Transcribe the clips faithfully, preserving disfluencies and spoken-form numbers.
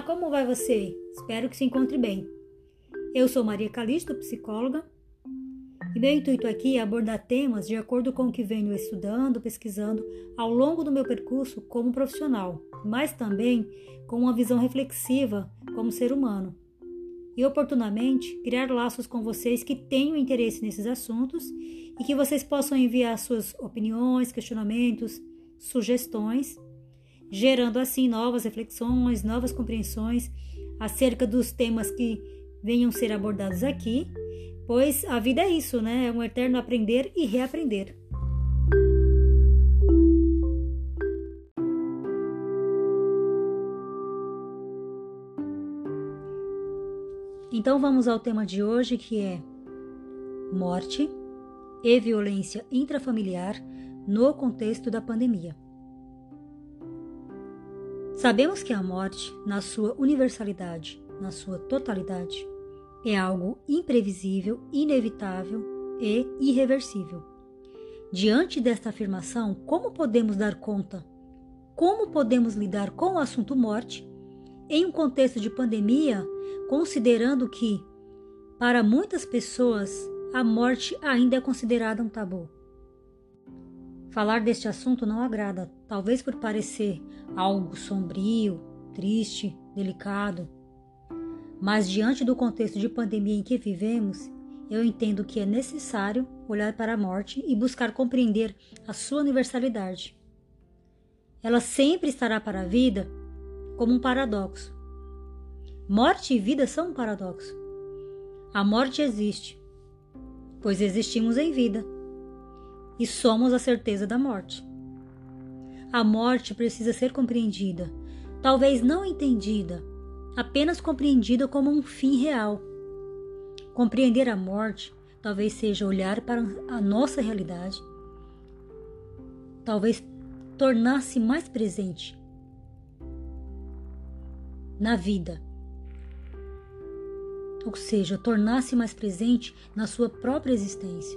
como vai você? Espero que se encontre bem. Eu sou Maria Calixto, psicóloga, e meu intuito aqui é abordar temas de acordo com o que venho estudando, pesquisando ao longo do meu percurso como profissional, mas também com uma visão reflexiva como ser humano. E oportunamente criar laços com vocês que tenham interesse nesses assuntos e que vocês possam enviar suas opiniões, questionamentos, sugestões, gerando assim novas reflexões, novas compreensões acerca dos temas que venham ser abordados aqui, pois a vida é isso, né? É um eterno aprender e reaprender. Então vamos ao tema de hoje, que é morte e violência intrafamiliar no contexto da pandemia. Sabemos que a morte, na sua universalidade, na sua totalidade, é algo imprevisível, inevitável e irreversível. Diante desta afirmação, como podemos dar conta? Como podemos lidar com o assunto morte em um contexto de pandemia, considerando que, para muitas pessoas, a morte ainda é considerada um tabu? Falar deste assunto não agrada, talvez por parecer algo sombrio, triste, delicado. Mas diante do contexto de pandemia em que vivemos, eu entendo que é necessário olhar para a morte e buscar compreender a sua universalidade. Ela sempre estará para a vida como um paradoxo. Morte e vida são um paradoxo. A morte existe, pois existimos em vida, e somos a certeza da morte. A morte precisa ser compreendida, talvez não entendida, apenas compreendida como um fim real. Compreender a morte talvez seja olhar para a nossa realidade, talvez tornar-se mais presente na vida, ou seja, tornar-se mais presente na sua própria existência.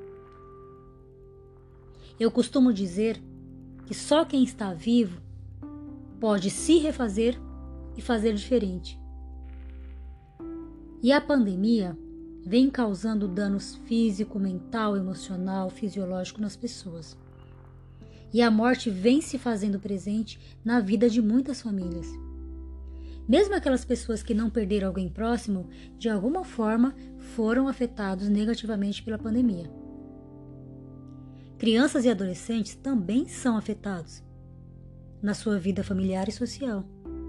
Eu costumo dizer que só quem está vivo pode se refazer e fazer diferente. E a pandemia vem causando danos físico, mental, emocional, fisiológico nas pessoas. E a morte vem se fazendo presente na vida de muitas famílias. Mesmo aquelas pessoas que não perderam alguém próximo, de alguma forma foram afetados negativamente pela pandemia. Crianças e adolescentes também são afetados na sua vida familiar e social.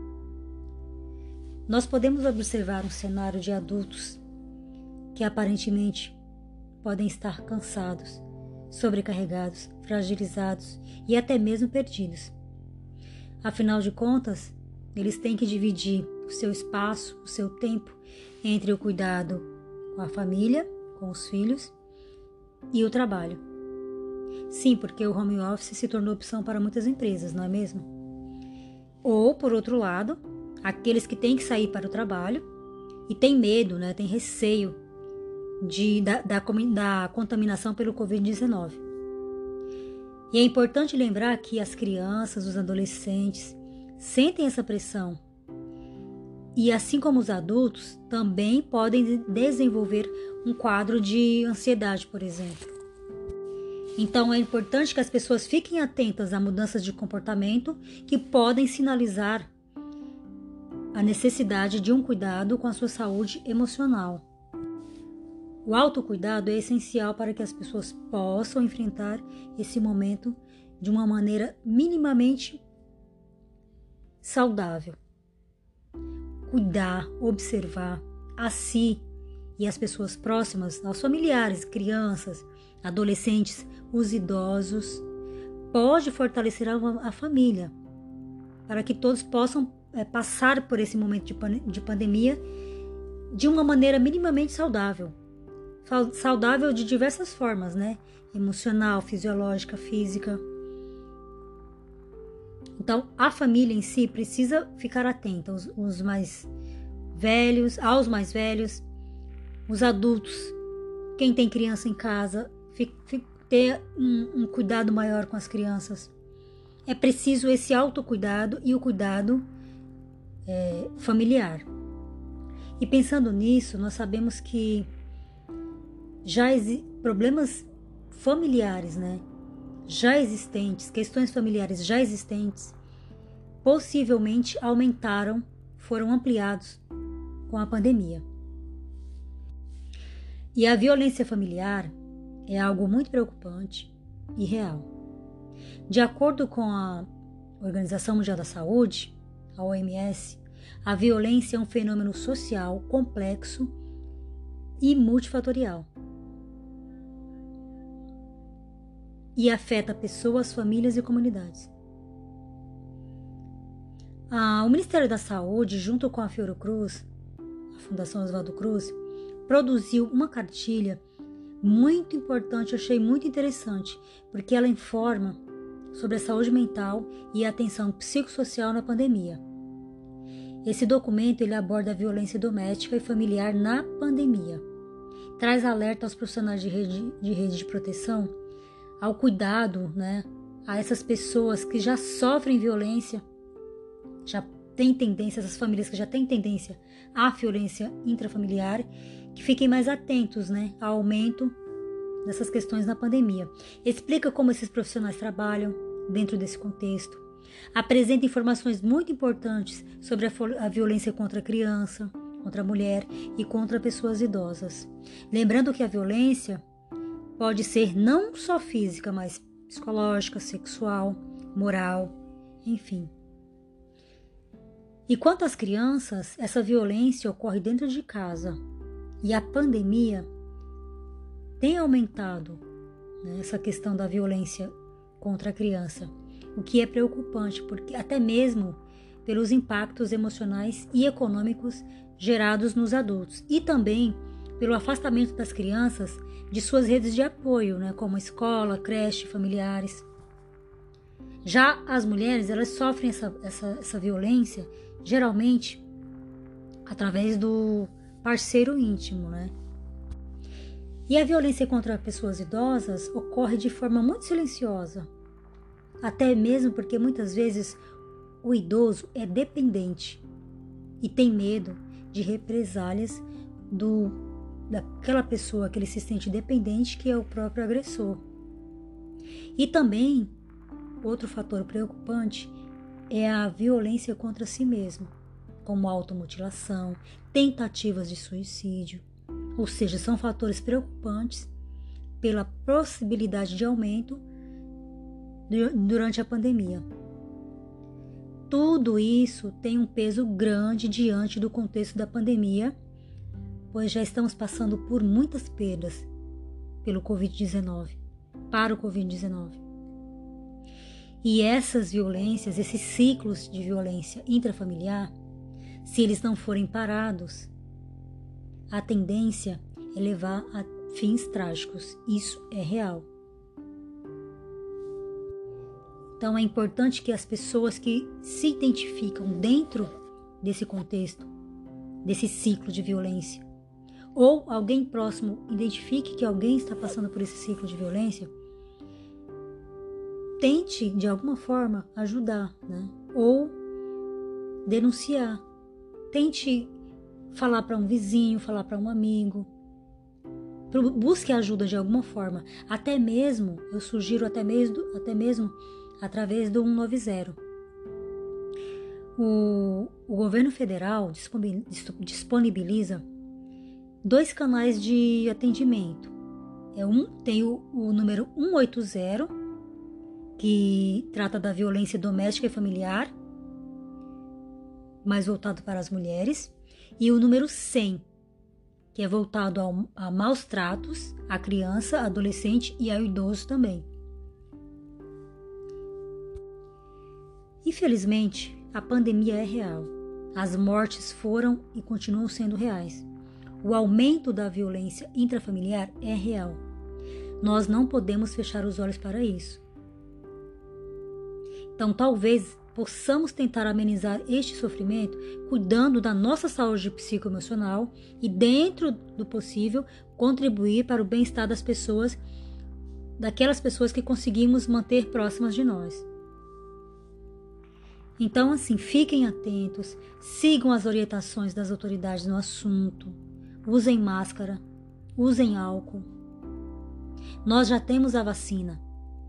Nós podemos observar um cenário de adultos que aparentemente podem estar cansados, sobrecarregados, fragilizados e até mesmo perdidos. Afinal de contas, eles têm que dividir o seu espaço, o seu tempo entre o cuidado com a família, com os filhos e o trabalho. Sim, porque o home office se tornou opção para muitas empresas, não é mesmo? Ou, por outro lado, aqueles que têm que sair para o trabalho e têm medo, né, têm receio de, da, da, da contaminação pelo covid dezenove. E é importante lembrar que as crianças, os adolescentes, sentem essa pressão. E assim como os adultos, também podem desenvolver um quadro de ansiedade, por exemplo. Então é importante que as pessoas fiquem atentas a mudanças de comportamento que podem sinalizar a necessidade de um cuidado com a sua saúde emocional. O autocuidado é essencial para que as pessoas possam enfrentar esse momento de uma maneira minimamente saudável. Cuidar, observar a si e as pessoas próximas, aos familiares, crianças, adolescentes, os idosos, pode fortalecer a, a família, para que todos possam é, passar por esse momento de, pan- de pandemia de uma maneira minimamente saudável. Saudável de diversas formas, né? Emocional, fisiológica, física. Então, a família em si precisa ficar atenta, os, os mais velhos, aos mais velhos, os adultos, quem tem criança em casa, fi, fi, ter um, um cuidado maior com as crianças. É preciso esse autocuidado e o cuidado é, familiar. E pensando nisso, nós sabemos que já existem problemas familiares, né, já existentes, questões familiares já existentes, possivelmente aumentaram, foram ampliados com a pandemia. E a violência familiar é algo muito preocupante e real. De acordo com a Organização Mundial da Saúde, a O M S, a violência é um fenômeno social complexo e multifatorial. E afeta pessoas, famílias e comunidades. Ah, o Ministério da Saúde, junto com a Fiocruz, a Fundação Oswaldo Cruz, produziu uma cartilha muito importante, eu achei muito interessante, porque ela informa sobre a saúde mental e a atenção psicossocial na pandemia. Esse documento ele aborda a violência doméstica e familiar na pandemia. Traz alerta aos profissionais de rede de, rede de proteção, ao cuidado, né, a essas pessoas que já sofrem violência, já têm tendência, essas famílias que já têm tendência à violência intrafamiliar, que fiquem mais atentos, né, ao aumento dessas questões na pandemia. Explica como esses profissionais trabalham dentro desse contexto. Apresenta informações muito importantes sobre a, a violência contra a criança, contra a mulher e contra pessoas idosas. Lembrando que a violência pode ser não só física, mas psicológica, sexual, moral, enfim. E quanto às crianças, essa violência ocorre dentro de casa. E a pandemia tem aumentado, né, essa questão da violência contra a criança, o que é preocupante, porque até mesmo pelos impactos emocionais e econômicos gerados nos adultos e também pelo afastamento das crianças de suas redes de apoio, né, como escola, creche, familiares. Já as mulheres, elas sofrem essa, essa, essa violência geralmente através do parceiro íntimo, né? E a violência contra pessoas idosas ocorre de forma muito silenciosa, até mesmo porque muitas vezes o idoso é dependente e tem medo de represálias do, daquela pessoa que ele se sente dependente, que é o próprio agressor. E também, outro fator preocupante é a violência contra si mesmo, como automutilação, tentativas de suicídio, ou seja, são fatores preocupantes pela possibilidade de aumento durante a pandemia. Tudo isso tem um peso grande diante do contexto da pandemia, pois já estamos passando por muitas perdas pelo covid dezenove, para o covid dezenove. E essas violências, esses ciclos de violência intrafamiliar, se eles não forem parados, a tendência é levar a fins trágicos. Isso é real. Então é importante que as pessoas que se identificam dentro desse contexto, desse ciclo de violência, ou alguém próximo identifique que alguém está passando por esse ciclo de violência, tente de alguma forma ajudar, né? Ou denunciar. Tente falar para um vizinho, falar para um amigo. Busque ajuda de alguma forma. Até mesmo, eu sugiro até mesmo, até mesmo através do cento e noventa. O, o governo federal disponibiliza dois canais de atendimento. É um, tem o, o número cento e oitenta, que trata da violência doméstica e familiar, mais voltado para as mulheres, e o número cem, que é voltado ao, a maus tratos à criança, adolescente e ao idoso também. Infelizmente, a pandemia é real. As mortes foram e continuam sendo reais. O aumento da violência intrafamiliar é real. Nós não podemos fechar os olhos para isso. Então, talvez possamos tentar amenizar este sofrimento cuidando da nossa saúde psicoemocional e, dentro do possível, contribuir para o bem-estar das pessoas, daquelas pessoas que conseguimos manter próximas de nós. Então, assim, fiquem atentos, sigam as orientações das autoridades no assunto, usem máscara, usem álcool. Nós já temos a vacina.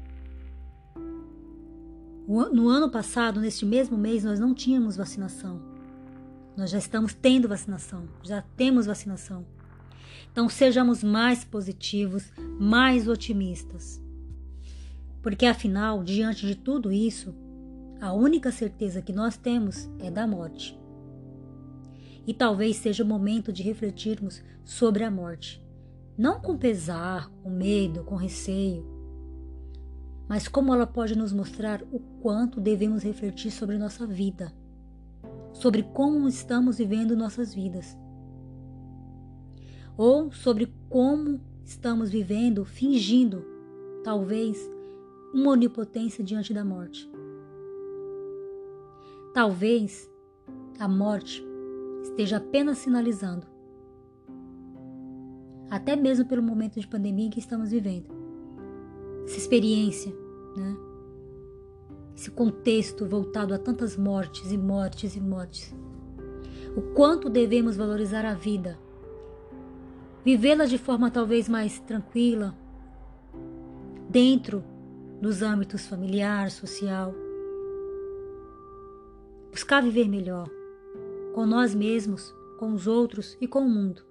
No ano passado, neste mesmo mês, nós não tínhamos vacinação. Nós já estamos tendo vacinação, já temos vacinação. Então, sejamos mais positivos, mais otimistas. Porque, afinal, diante de tudo isso, a única certeza que nós temos é da morte. E talvez seja o momento de refletirmos sobre a morte. Não com pesar, com medo, com receio, mas como ela pode nos mostrar o quanto devemos refletir sobre nossa vida, sobre como estamos vivendo nossas vidas, ou sobre como estamos vivendo, fingindo, talvez, uma onipotência diante da morte. Talvez a morte esteja apenas sinalizando, até mesmo pelo momento de pandemia que estamos vivendo. Essa experiência, né? Esse contexto voltado a tantas mortes e mortes e mortes. O quanto devemos valorizar a vida, vivê-la de forma talvez mais tranquila, dentro dos âmbitos familiar, social. Buscar viver melhor, com nós mesmos, com os outros e com o mundo.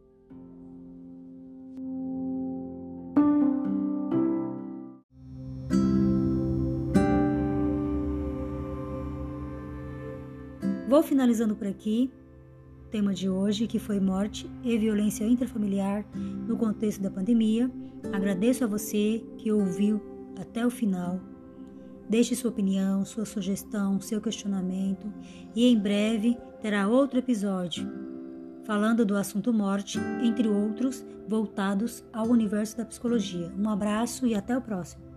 Vou finalizando por aqui o tema de hoje, que foi morte e violência intrafamiliar no contexto da pandemia. Agradeço a você que ouviu até o final. Deixe sua opinião, sua sugestão, seu questionamento e em breve terá outro episódio falando do assunto morte, entre outros, voltados ao universo da psicologia. Um abraço e até o próximo.